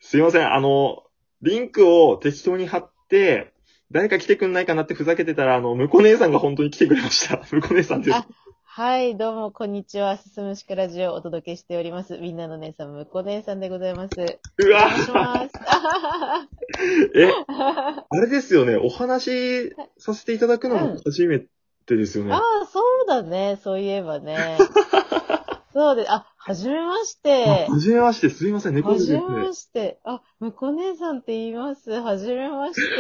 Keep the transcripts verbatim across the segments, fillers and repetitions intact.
すいません。あの、リンクを適当に貼って、誰か来てくんないかなってふざけてたら、あの、むこ姉さんが本当に来てくれました。むこ姉さんです。 あ、はい、どうも、こんにちは。すすむしかラジオをお届けしております。みんなの姉さん、むこ姉さんでございます。 うわお邪魔します。あははえ、 はあれですよね。お話しさせていただくのもうん。 初めてですよあね。 あ、そうだね。そういえばね。そうで、あ、はじめましあ、 て。 はじめまして。すいません。猫はじめ背ですね。 まして。あ、むこ姉さんって言います。はじめまして。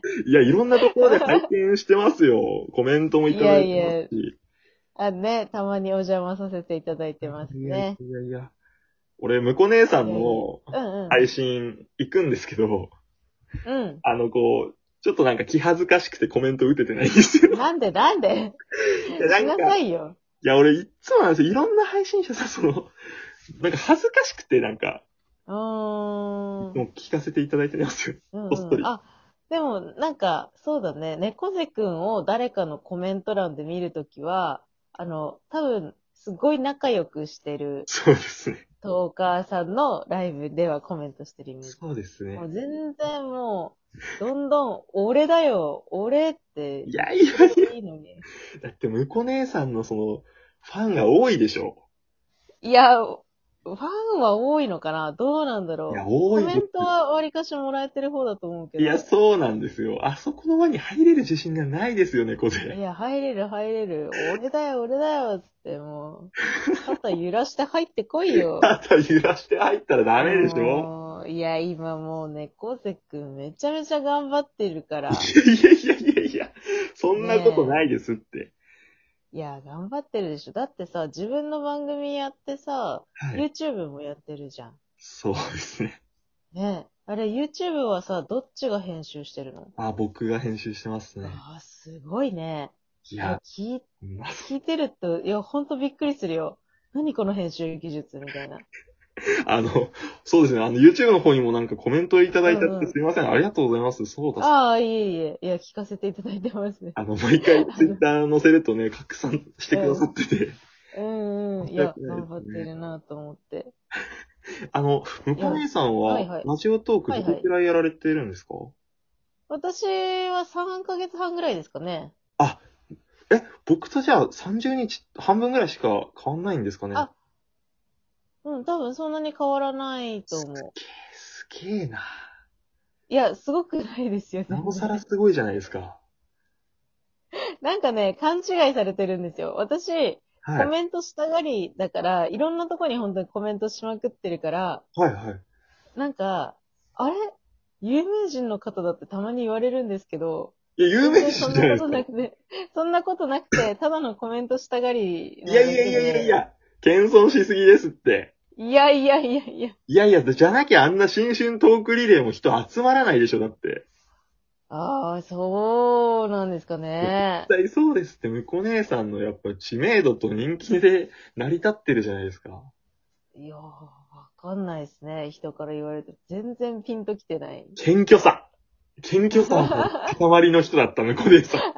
いや、いろんなところで拝見してますよ。コメントもいいやただいてますいや、 し。 あ、ね、たまにお邪魔させていただいてますいやいね。 やいやいや。俺、むこ姉さんいやいや。 のうんうん。 配信行くんですけど、 うん。 あの、こう、ちょっとなんか気恥ずかしくてコメント打ててないんですよ。 なんでなんでいや、なしなんか、 さいよ。 いや、俺いっつもなんですよ。いろんな配信者さ、その、なんか恥ずかしくて、なんか、 うーん。 もう聞かせていただいてますよ。 うんうん。 こっそり。 あ、でも、なんか、そうだね。猫背くんを誰かのコメント欄で見るときは、あの、多分、すごい仲良くしてるそうですね。 トーカーさんのライブではコメントしてるイメージ。 そうですね。 もう全然もう、どんどん、俺だよ、俺ってい言っやいやいてくれていいのに。 や。だって、むこ姉さんのその、ファンが多いでしょ。 いや、ファンは多いのかなどうなんだいや、 ろう。コ多いです。 メントは割かしもらえてる方だと思うけいや、 ど。 そうなんですよ。あそこの輪に入れる自信がないですよね、猫背。 いや、入れる入れる。俺だよ、俺だよ、つってもう、肩揺らして入ってこいよ。 肩揺らして入ったらダメでしょ。 もう、いや、今もう猫背くんめちゃめちゃ頑張ってるかいら。 やいやいやいやいや、そんなことなねいですって。 え。いや、頑張ってるでしょ。だってさ、自分の番組やってさ、 はい。 YouTube もやってるじゃん。 そうですね。 ねえ。あれ、YouTube はさ、どっちが編集してるの？ あ、僕が編集してますね。 ああ、すごいね。いや、 いや、 聞い、 ま聞いてると、いや、ほんとびっくりするよ。何この編集技術みたいな。 あの、そうですね。あの、YouTube の方にもなんかコメントいただいちゃってうんうん。 すいません。ありがとうございます。そうだ。 ああ、いえいえ。いや、聞かせていただいてます。 あの、毎回あの、 Twitter 載せるとね、拡散してくださうん。 ってて、 うんうん。いや、 申し訳ないで頑張ってすね。 るなと思って。 あの、向いや、 こう姉さんは、 はいはい。 ラジオトークどれはいはい。 くらいやられてるんですか？ 私はさんかげつはんぐらいですかね。 あ、え、僕とじゃあさんじゅうにち、半分ぐらいしか変わんないんですかね。 あ、うん、多分そんなに変わらないとす思う。 げえ、すげえな。 いや、すごくないですよ、 なおさら全然。 すごいじゃないですか。 なんかね、勘違いされてるんですよ。私、 はい。 コメントしたがりだから、いろんなとこに本当にコメントしまくってるから、 はいはい。 なんか、あれ有名人の方だってたまに言われるんですけど、 いや、有全名然そんなこ人じゃないですか。 となくて、そんなことなくて、ただのコメントしたがりいなだやいやいやいやいけで、 や、謙遜しすぎですって。 いやいやいやいや。 いやいや、じゃなきゃあんな新春トークリレーも人集まらないでしょ、だって。 ああ、そうなんですか絶ね。 対そうですって、向こう姉さんのやっぱ知名度と人気で成り立ってるじゃないですか。 いやー、わかんないですね。人から言われて。全然ピンときてない。 謙虚さ。謙虚さの塊の人だった、向こう姉さん。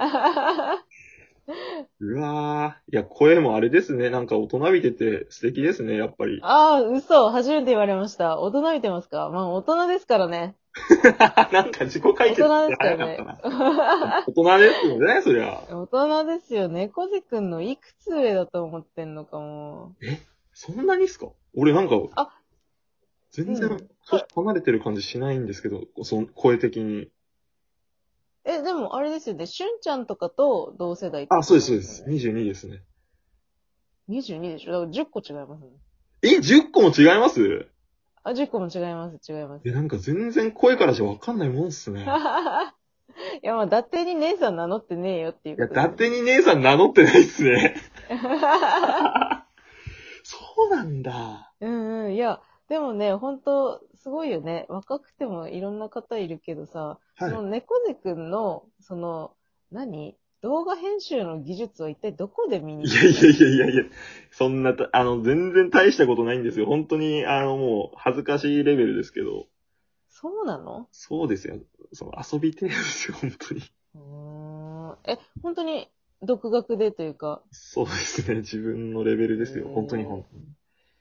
うわー。いや、声もあれですね。なんか大人びてて素敵ですね、やっぱり。 ああ、嘘。初めて言われました。大人見てますか？まあ、大人ですからね。 なんか自己解大決って人ですからね。 早かったな。大人ですよね、そりゃ。 大人ですよ。猫背くんのいくつ上だと思ってんのかも。 え、そんなにっすか？俺なんか、 あ、 全然、 うん。 年か、 離れてる感じしないんですけど、その声的に。 え、でもあれですよね。しゅんちゃんとかと同世代ってあ、 ことそうです、そうです。 ですよね。 にじゅうにですね。 にじゅうにでしょ。だからじゅっこ違いますね。 え、じゅっこも違います？ あ、じゅっこも違います、違いまえ、 す。 なんか全然声からじゃわかんないもんっすね。 いや、まあ、伊達に姉さん名乗ってねえよっていういや、伊ことですよ。 達に姉さん名乗ってないっすね。そうなんだ。 うんうん。いや、でもね、ほんと、すごいよね。若くてもいろんな方いるけどさ、そはい。 の猫背くんの、その、何動画編集の技術は一体どこで身についやいやけたの？ いやいやいや、そんなた、あの、全然大したことないんですよ。本当に、あの、もう、恥ずかしいレベルですけど。 そうなの？ そうですよ。その、遊び程度ですよ、本当に。 うーん。え、本当に独学でというか、 そうですね。自分のレベルですよ。本当に本え当に。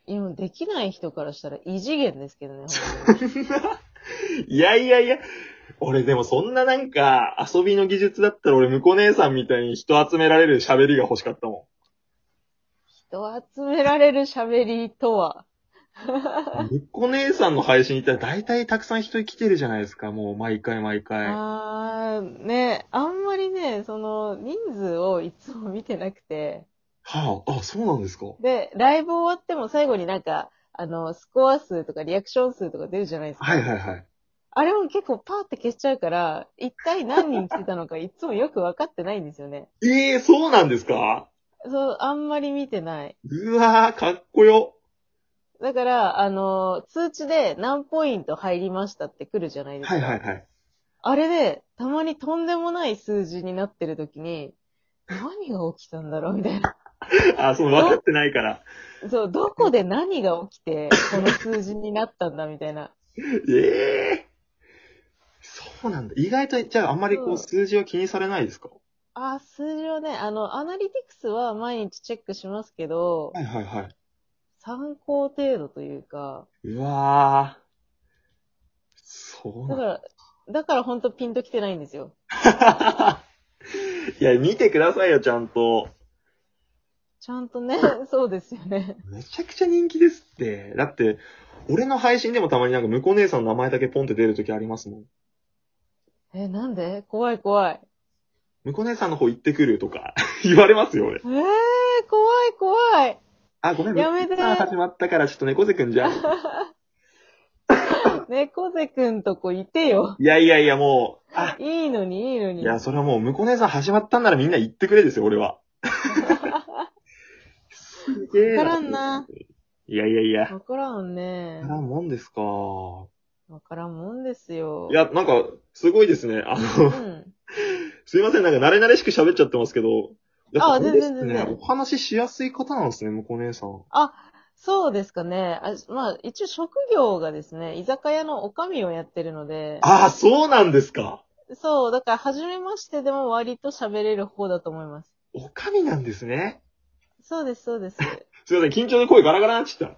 いや、もうできない人からしたら異次元ですけどね、本当に。 いやいやいや、俺でもそんななんか遊びの技術だったら俺向こう姉さんみたいに人集められる喋りが欲しかったも人を集められる喋りとは。 ん。向こう姉さんの配信行ったら大体たくさん人来てるじゃないですか、もう毎回毎回。 あー、ね、あんまりね、その、人数をいつも見てなくて。 はあ、あ、そうなんですか。 で、ライブ終わっても最後になんか、あの、スコア数とかリアクション数とか出るじゃないですか。 はいはいはい。 あれも結構パーって消しちゃうから、一体何人来てたのかいつもよくわかってないんですよね。 ええー、そうなんですか。 そう、あんまり見てない。 うわー、かっこよ。 だから、あの、通知で何ポイント入りましたって来るじゃないですか。 はいはいはい。 あれで、たまにとんでもない数字になってる時に、何が起きたんだろうみたいな。 あ、その分かってないから。 そう、どこで何が起きて、この数字になったんだみたいな。 ええー、そうなんだ。意外と、じゃああんまりこうそう。 数字は気にされないですか。 あ、数字はね、あの、アナリティクスは毎日チェックしますけど、 はいはいはい。 参考程度というか、 うわー、そうなんだから、だからほんとピンときてないんですよ。 だ。いや、見てくださいよ、ちゃんと。 ちゃんとね、そうですよね。 めちゃくちゃ人気ですって。だって、俺の配信でもたまになんか向こう姉さんの名前だけポンって出るときありますもん。 え、なんで怖い怖い。 向こう姉さんの方行ってくるとか言われますよ、俺。 えー、怖い怖い。 あ、ごめん、向こやめて。 う姉さん始まったからちょっと猫背くんじゃん。 猫背くんとこいてよ。 いやいやいや、もう、あ、 いいのに、いいのに。 いや、それはもう向こう姉さん始まったんならみんな行ってくれですよ、俺は。すげえな。 わからんな。 いやいやいや。 わからんね。 わからんもんですか。 わからんもんですよ。 いや、なんか、すごいですね。あの、 うん。 すいません、なんか慣れ慣れしく喋っちゃってますけど、やっぱああ、全れですね、 然全然。 お話ししやすい方なんですね、向こう姉さん。 あ、そうですかね。あ、まあ、一応職業がですね、居酒屋の女将をやってるので、 ああ、そうなんですか。 そう、だから初めましてでも割と喋れる方だと思います。 おかみなんですね。 そうです、そうです。 すいません、緊張で声ガラガラになっちゃった。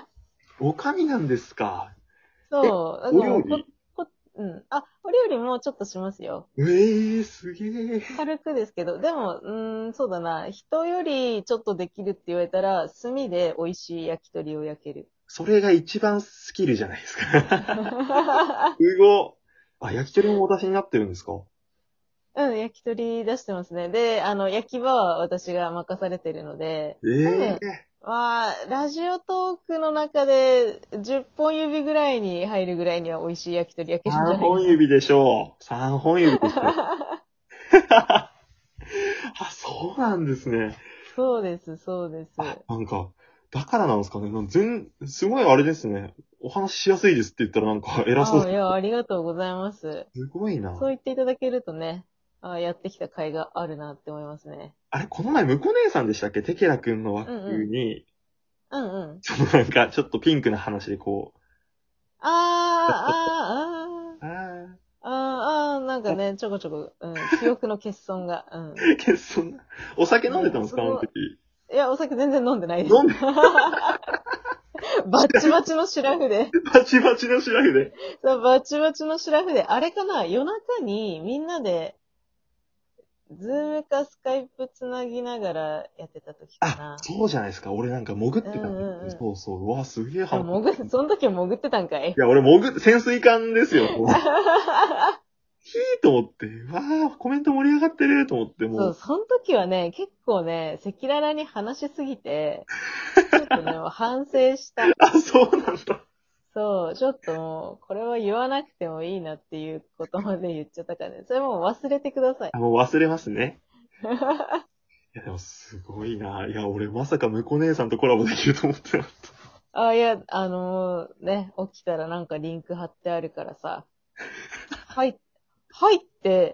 おかみなんですか。え、 そう、だからもうこ、 お料理。 こ、うん。あ、お料理もちょっとしますよ。 ええー、すげえ。 軽くですけど、でも、うーん、そうだな。人よりちょっとできるって言われたら、炭で美味しい焼き鳥を焼ける。 それが一番スキルじゃないですか。すご。あ、焼き鳥もお出しになってるんですか。 うん、焼き鳥出してますね。で、あの、焼き場は私が任されてるので、多分、 ええまあ、ラジオトークの中でじゅっぽん指ぐらいに入るぐらいには美味しい焼き鳥焼けるんじ三ゃないかな。 本指でしょう。三本指でしょう。あ、そうなんですね。 そうです、そうです。 あ、なんか、だからなんですかね。なん全、すごいあれですね。お話ししやすいですって言ったらなんか偉そうああ、いです。 や、ありがとうございます。 すごいな。 そう言っていただけるとね、ああ、やってきた甲斐があるなって思いますね。 あれ、この前、向こう姉さんでしたっけテケラくんの枠うんうん。 に、 うんうん。 そのなんか、ちょっとピンクな話でこう、 ああ、ああ、 ああ、 ああ、ああ、なんかね、ちょこちょこ、うん、記憶の欠損が、うん。 けそんな、お酒飲んでたんね、 ですかあの時。 すごい。いや、お酒全然飲んでないです。 飲んで、 バッチバチのシラフで。 バチバチのシラフで。 そうバチバチのシラフで。あれかな夜中にみんなで、ズームかスカイプつなぎながらやってた時かあ、 な。 そうじゃないですか。俺なんか潜っうんてたんですよ。 うんうん。 そうそう。うわ、すげえあ、 ハマっ潜っ、その時は潜ってたんかい。 いや、俺潜って、潜水艦ですよ。もうヒーと思って、わあ、コメント盛り上がってると思って、 そう、 もう、 その時はね、結構ね、赤裸々に話しすぎて、ちょっとね、反省した。 あ、そうなんだ。 そう、ちょっともう、これは言わなくてもいいなっていうことまで言っちゃったからね。それもう忘れてください。 あ、もう忘れますね。いや、でもすごいな。いや、俺まさか向こう姉さんとコラボできると思ってなかっあ、いや、あのーね、起きたらなんかリンク貼ってあるからさ、入、入って、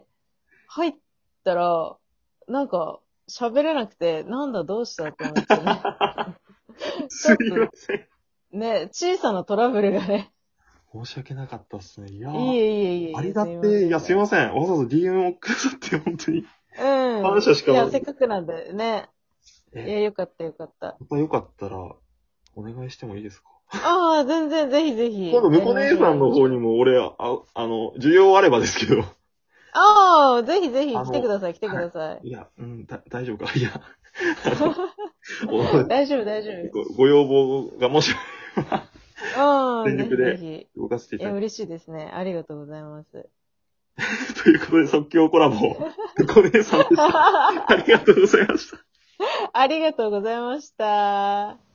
入ったら、なんか、喋れなくて、なんだどうしたと思ってね。 た。 ちょすいっと、 ません。 ね、小さなトラブルがね、 申し訳なかったっすね。いやいー、 えいえいえいえ、 ありすいませがてえ。いや、すいんね。 ません。わざわざ ディーエム をくださって、本当に。 うん。 感謝しかいや、 ない。 せっかくなんでね。 いや、 え、 よかったよかった。 またよかったら、お願いしてもいいですか？ ああ、全然、ぜひぜひ。 今度、向こうやりましょう、 姉さんのやりましょう。 方にも、俺、あ、あの、需要あればですけど、 ああ、ぜひぜひあの、 来てください、来てくはださい。 い。いや、うん、だ、大丈夫か。いや、あの、お大丈夫、大丈ご、ご要望がもしあれば、 夫。うん、ぜひぜ全力でひ。 動かせていいや、 ただき嬉しいですね。ありがとうございます。 ということで、即興コラボ、向こう姉さんでした。ありがとうございました。 ありがとうございました。